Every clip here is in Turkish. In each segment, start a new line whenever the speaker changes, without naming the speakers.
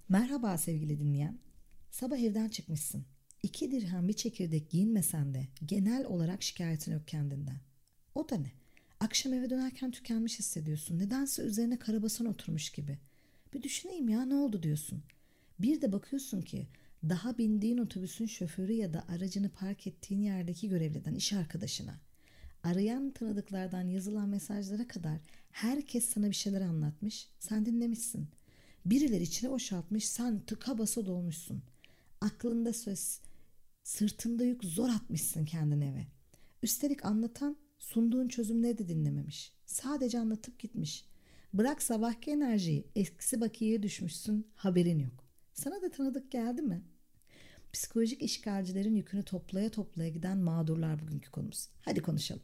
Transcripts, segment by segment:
Merhaba sevgili dinleyen. Sabah evden çıkmışsın. 2 dirhem bir çekirdek giyinmesen de genel olarak şikayetin yok kendinden. O da ne? Akşam eve dönerken tükenmiş hissediyorsun. Nedense üzerine karabasan oturmuş gibi. Bir düşüneyim ya ne oldu diyorsun. Bir de bakıyorsun ki daha bindiğin otobüsün şoförü ya da aracını park ettiğin yerdeki görevliden iş arkadaşına, arayan tanıdıklardan yazılan mesajlara kadar herkes sana bir şeyler anlatmış. Sen dinlemişsin. Birileri içine boşaltmış, sen tıka basa dolmuşsun. Aklında söz, sırtında yük, zor atmışsın kendine eve. Üstelik anlatan sunduğun çözümleri de dinlememiş. Sadece anlatıp gitmiş. Bırak sabahki enerjiyi, eksi bakiyeye düşmüşsün, haberin yok. Sana da tanıdık geldi mi? Psikolojik işgalcilerin yükünü toplaya toplaya giden mağdurlar bugünkü konumuz. Hadi konuşalım.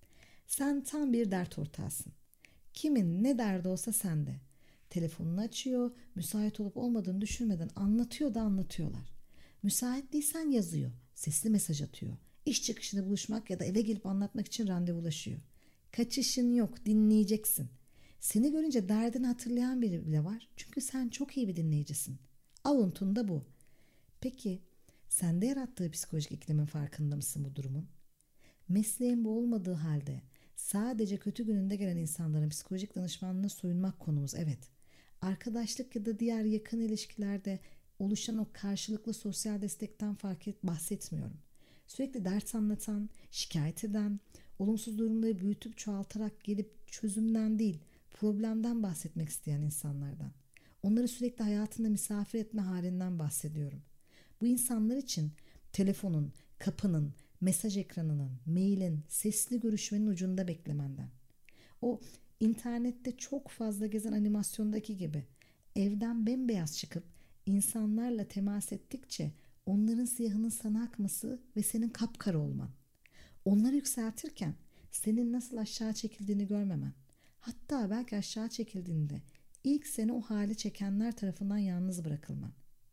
Sen tam bir dert ortağısın. Kimin ne derdi olsa sende. Telefonunu açıyor, müsait olup olmadığını düşünmeden anlatıyor da anlatıyorlar. Müsait değilsen yazıyor, sesli mesaj atıyor. İş çıkışında buluşmak ya da eve gelip anlatmak için randevulaşıyor. Kaçışın yok, dinleyeceksin. Seni görünce derdini hatırlayan biri bile var. Çünkü sen çok iyi bir dinleyicisin. Avuntun da bu. Peki, sende yarattığı psikolojik iklimin farkında mısın bu durumun? Mesleğin bu olmadığı halde sadece kötü gününde gelen insanların psikolojik danışmanlığına soyunmak konumuz, evet. Arkadaşlık ya da diğer yakın ilişkilerde oluşan o karşılıklı sosyal destekten bahsetmiyorum. Sürekli dert anlatan, şikayet eden, olumsuz durumları büyütüp çoğaltarak gelip çözümden değil, problemden bahsetmek isteyen insanlardan. Onları sürekli hayatında misafir etme halinden bahsediyorum. Bu insanlar için telefonun, kapının, mesaj ekranının, mailin, sesli görüşmenin ucunda beklemenden. O internette çok fazla gezen animasyondaki gibi evden bembeyaz çıkıp insanlarla temas ettikçe onların siyahının sana akması ve senin kapkara olman. Onları yükseltirken senin nasıl aşağı çekildiğini görmemen. Hatta belki aşağı çekildiğinde ilk seni o hale çekenler tarafından yalnız bırakılman.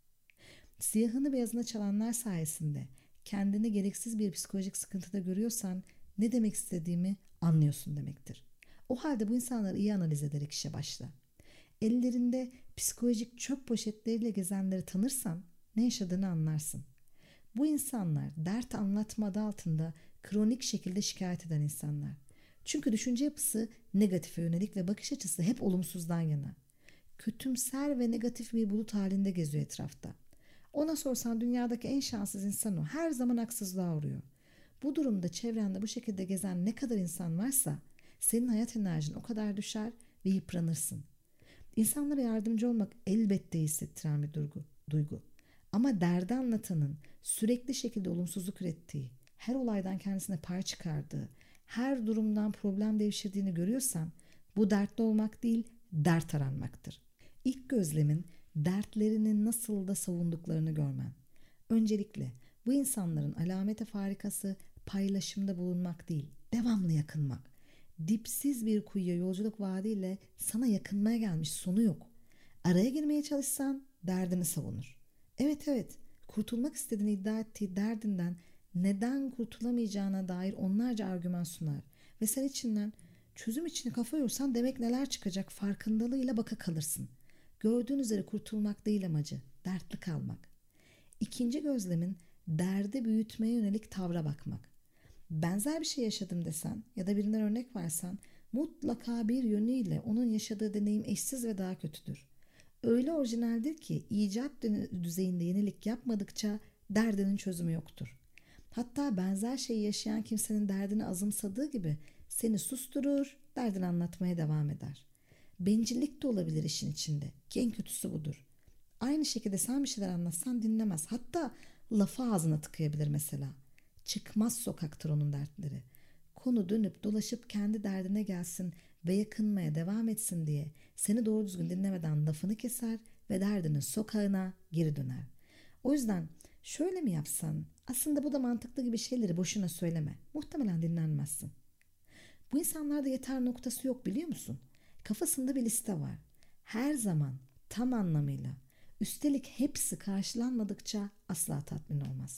Siyahını beyazına çalanlar sayesinde kendini gereksiz bir psikolojik sıkıntıda görüyorsan ne demek istediğimi anlıyorsun demektir. O halde bu insanları iyi analiz ederek işe başla. Ellerinde psikolojik çöp poşetleriyle gezenleri tanırsan ne yaşadığını anlarsın. Bu insanlar dert anlatma adı altında kronik şekilde şikayet eden insanlar. Çünkü düşünce yapısı negatife yönelik ve bakış açısı hep olumsuzdan yana. Kötümser ve negatif bir bulut halinde geziyor etrafta. Ona sorsan dünyadaki en şanssız insan o. Her zaman haksızlığa uğruyor. Bu durumda çevrende bu şekilde gezen ne kadar insan varsa senin hayat enerjin o kadar düşer ve yıpranırsın. İnsanlara yardımcı olmak elbette hissettiren bir duygu. Ama derdi anlatanın sürekli şekilde olumsuzluk ürettiği, her olaydan kendisine pay çıkardığı, her durumdan problem devşirdiğini görüyorsan bu dertli olmak değil, dert aranmaktır. İlk gözlemin dertlerini nasıl da savunduklarını görmen. Öncelikle bu insanların alamete farikası paylaşımda bulunmak değil, devamlı yakınmak. Dipsiz bir kuyuya yolculuk vaadiyle sana yakınmaya gelmiş, sonu yok. Araya girmeye çalışsan derdini savunur. Evet evet, kurtulmak istediğini iddia ettiği derdinden neden kurtulamayacağına dair onlarca argüman sunar. Ve sen içinden çözüm için kafa yorsan demek neler çıkacak farkındalığıyla baka kalırsın. Gördüğün üzere kurtulmak değil amacı, dertli kalmak. İkinci gözlemin derdi büyütmeye yönelik tavra bakmak. Benzer bir şey yaşadım desen ya da birinden örnek versen mutlaka bir yönüyle onun yaşadığı deneyim eşsiz ve daha kötüdür. Öyle orijinaldir ki icat düzeyinde yenilik yapmadıkça derdinin çözümü yoktur. Hatta benzer şeyi yaşayan kimsenin derdini azımsadığı gibi seni susturur, derdini anlatmaya devam eder. Bencillik de olabilir işin içinde ki en kötüsü budur. Aynı şekilde sen bir şeyler anlatsan dinlemez. Hatta lafı ağzına tıkayabilir mesela. Çıkmaz sokaktır onun dertleri. Konu dönüp dolaşıp kendi derdine gelsin ve yakınmaya devam etsin diye seni doğru düzgün dinlemeden lafını keser ve derdinin sokağına geri döner. O yüzden şöyle mi yapsan, aslında bu da mantıklı gibi şeyleri boşuna söyleme. Muhtemelen dinlenmezsin. Bu insanlarda yeter noktası yok biliyor musun? Kafasında bir liste var. Her zaman tam anlamıyla. Üstelik hepsi karşılanmadıkça asla tatmin olmaz.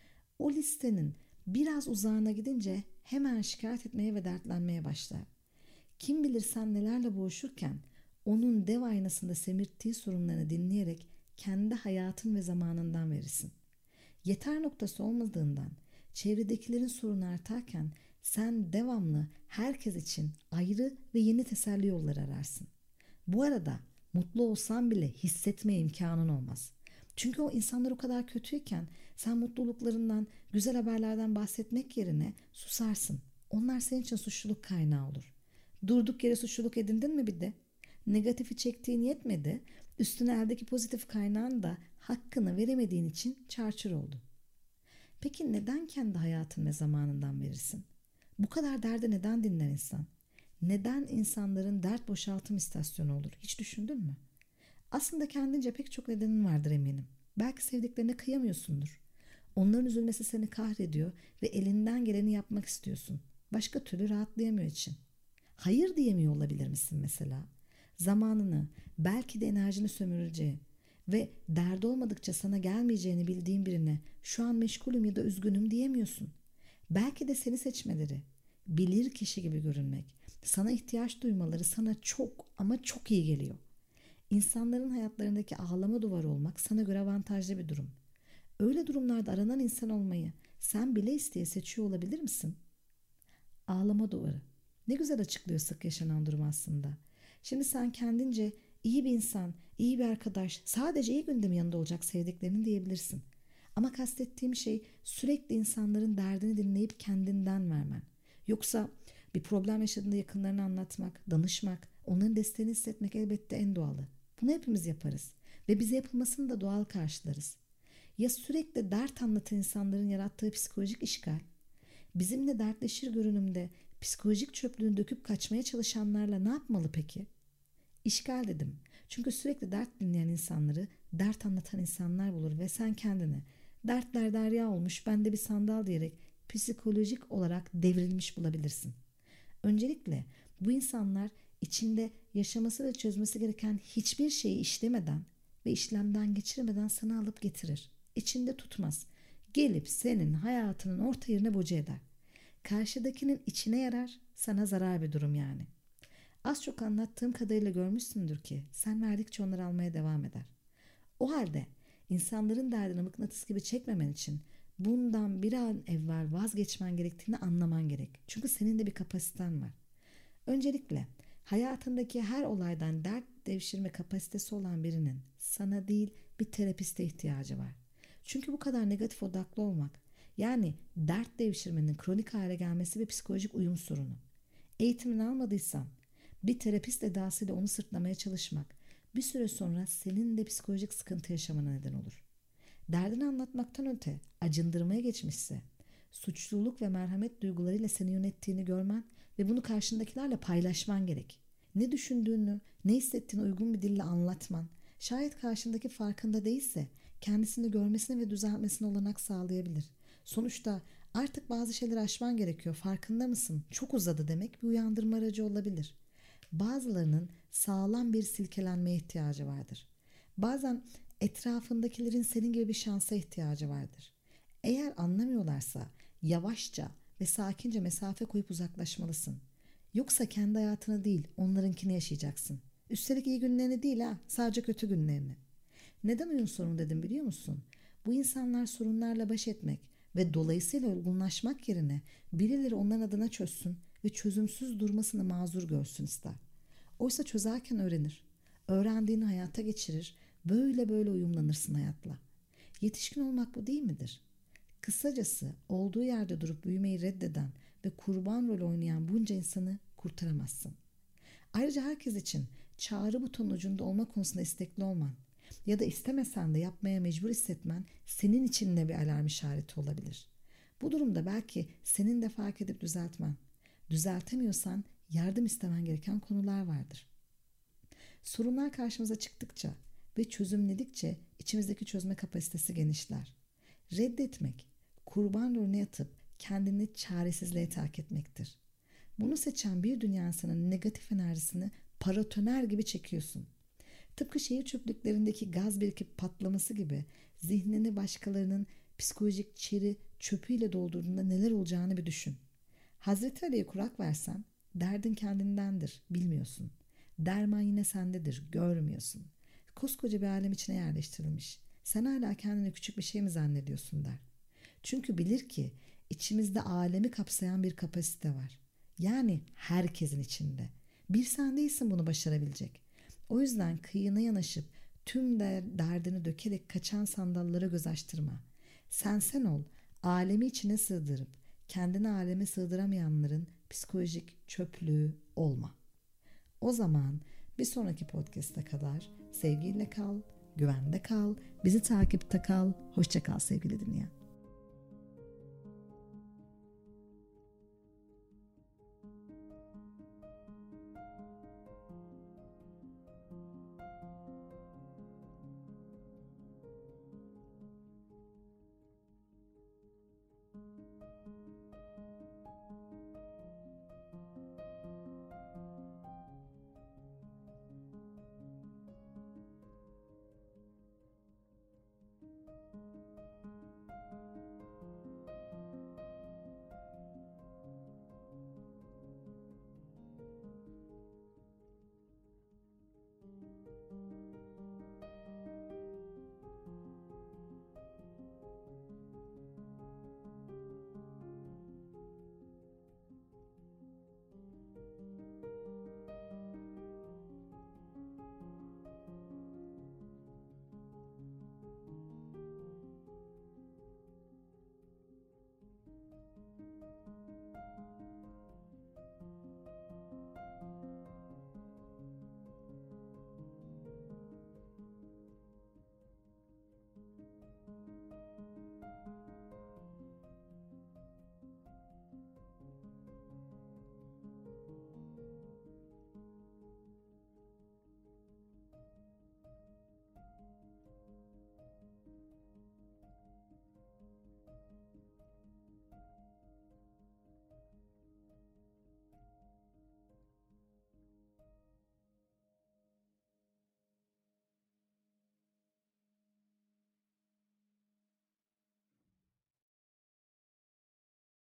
O listenin biraz uzağına gidince hemen şikayet etmeye ve dertlenmeye başlar. Kim bilir sen nelerle boğuşurken onun dev aynasında semirttiği sorunlarını dinleyerek kendi hayatın ve zamanından verirsin. Yeter noktası olmadığından çevredekilerin sorunu artarken sen devamlı herkes için ayrı ve yeni teselli yolları ararsın. Bu arada mutlu olsan bile hissetme imkanın olmaz. Çünkü o insanlar o kadar kötüyken sen mutluluklarından, güzel haberlerden bahsetmek yerine susarsın. Onlar senin için suçluluk kaynağı olur. Durduk yere suçluluk edindin mi bir de? Negatifi çektiğin yetmedi, üstüne eldeki pozitif kaynağın da hakkını veremediğin için çarçur oldu. Peki neden kendi hayatın ve zamanından verirsin? Bu kadar derde neden dinler insan? Neden insanların dert boşaltım istasyonu olur? Hiç düşündün mü? Aslında kendince pek çok nedenin vardır eminim. Belki sevdiklerine kıyamıyorsundur. Onların üzülmesi seni kahrediyor ve elinden geleni yapmak istiyorsun. Başka türlü rahatlayamıyor için. Hayır diyemiyor olabilir misin mesela? Zamanını, belki de enerjini sömüreceği ve derdi olmadıkça sana gelmeyeceğini bildiğin birine şu an meşgulüm ya da üzgünüm diyemiyorsun. Belki de seni seçmeleri, bilir kişi gibi görünmek, sana ihtiyaç duymaları sana çok ama çok iyi geliyor. İnsanların hayatlarındaki ağlama duvarı olmak sana göre avantajlı bir durum. Öyle durumlarda aranan insan olmayı sen bile isteye seçiyor olabilir misin? Ağlama duvarı. Ne güzel açıklıyor sık yaşanan durum aslında. Şimdi sen kendince iyi bir insan, iyi bir arkadaş, sadece iyi günde mi yanında olacak sevdiklerinin diyebilirsin. Ama kastettiğim şey sürekli insanların derdini dinleyip kendinden vermen. Yoksa bir problem yaşadığında yakınlarına anlatmak, danışmak, onların desteğini hissetmek elbette en doğalı. Bunu hepimiz yaparız ve bize yapılmasını da doğal karşılarız. Ya sürekli dert anlatan insanların yarattığı psikolojik işgal, bizimle dertleşir görünümde psikolojik çöplüğünü döküp kaçmaya çalışanlarla ne yapmalı peki? İşgal dedim. Çünkü sürekli dert dinleyen insanları dert anlatan insanlar bulur ve sen kendini dertler derya olmuş bende bir sandal diyerek psikolojik olarak devrilmiş bulabilirsin. Öncelikle bu insanlar içinde yaşaması ve çözmesi gereken hiçbir şeyi işlemeden ve işlemden geçirmeden sana alıp getirir. İçinde tutmaz. Gelip senin hayatının orta yerine boca eder. Karşıdakinin içine yarar, sana zarar bir durum yani. Az çok anlattığım kadarıyla görmüşsündür ki sen verdikçe onlar almaya devam eder. O halde insanların derdini mıknatıs gibi çekmemen için bundan bir an evvel vazgeçmen gerektiğini anlaman gerek. Çünkü senin de bir kapasiten var. Öncelikle hayatındaki her olaydan dert devşirme kapasitesi olan birinin sana değil bir terapiste ihtiyacı var. Çünkü bu kadar negatif odaklı olmak, yani dert devşirmenin kronik hale gelmesi bir psikolojik uyum sorunu. Eğitimini almadıysan bir terapist edasıyla onu sırtlamaya çalışmak bir süre sonra senin de psikolojik sıkıntı yaşamana neden olur. Derdini anlatmaktan öte acındırmaya geçmişse suçluluk ve merhamet duygularıyla seni yönettiğini görmen ve bunu karşındakilerle paylaşman gerek. Ne düşündüğünü, ne hissettiğini uygun bir dille anlatman, şayet karşındaki farkında değilse kendisini görmesine ve düzeltmesine olanak sağlayabilir. Sonuçta artık bazı şeyleri aşman gerekiyor, farkında mısın? Çok uzadı demek bir uyandırma aracı olabilir. Bazılarının sağlam bir silkelenmeye ihtiyacı vardır. Bazen etrafındakilerin senin gibi bir şansa ihtiyacı vardır. Eğer anlamıyorlarsa yavaşça ve sakince mesafe koyup uzaklaşmalısın. Yoksa kendi hayatını değil onlarınkini yaşayacaksın. Üstelik iyi günlerini değil ha, sadece kötü günlerini. Neden uyum sorunu dedim biliyor musun? Bu insanlar sorunlarla baş etmek ve dolayısıyla olgunlaşmak yerine birileri onların adına çözsün ve çözümsüz durmasını mazur görsün ister. Oysa çözerken öğrenir. Öğrendiğini hayata geçirir. Böyle böyle uyumlanırsın hayatla. Yetişkin olmak bu değil midir? Kısacası olduğu yerde durup büyümeyi reddeden ve kurban rolü oynayan bunca insanı kurtaramazsın. Ayrıca herkes için çağrı butonun ucunda olma konusunda istekli olman ya da istemesen de yapmaya mecbur hissetmen senin için de bir alarm işareti olabilir. Bu durumda belki senin de fark edip düzeltmen. Düzeltemiyorsan yardım istemen gereken konular vardır. Sorunlar karşımıza çıktıkça ve çözümledikçe içimizdeki çözme kapasitesi genişler. Reddetmek, kurban rolüne yatıp kendini çaresizliğe terk etmektir. Bunu seçen bir dünya insanın negatif enerjisini paratoner gibi çekiyorsun. Tıpkı şehir çöplüklerindeki gaz birikip patlaması gibi zihnini başkalarının psikolojik çeri çöpüyle doldurduğunda neler olacağını bir düşün. Hazreti Ali'ye kurak versen derdin kendindendir, bilmiyorsun. Derman yine sendedir, görmüyorsun. Koskoca bir alem içine yerleştirilmiş. Sen hala kendini küçük bir şey mi zannediyorsun der. Çünkü bilir ki içimizde alemi kapsayan bir kapasite var. Yani herkesin içinde. Bir sen değilsin bunu başarabilecek. O yüzden kıyına yanaşıp tüm derdini dökerek kaçan sandallara göz açtırma. Sen ol, alemi içine sığdırıp kendini aleme sığdıramayanların psikolojik çöplüğü olma. O zaman bir sonraki podcast'a kadar sevgiyle kal, güvende kal, bizi takipte kal, hoşça kal sevgili dinleyen.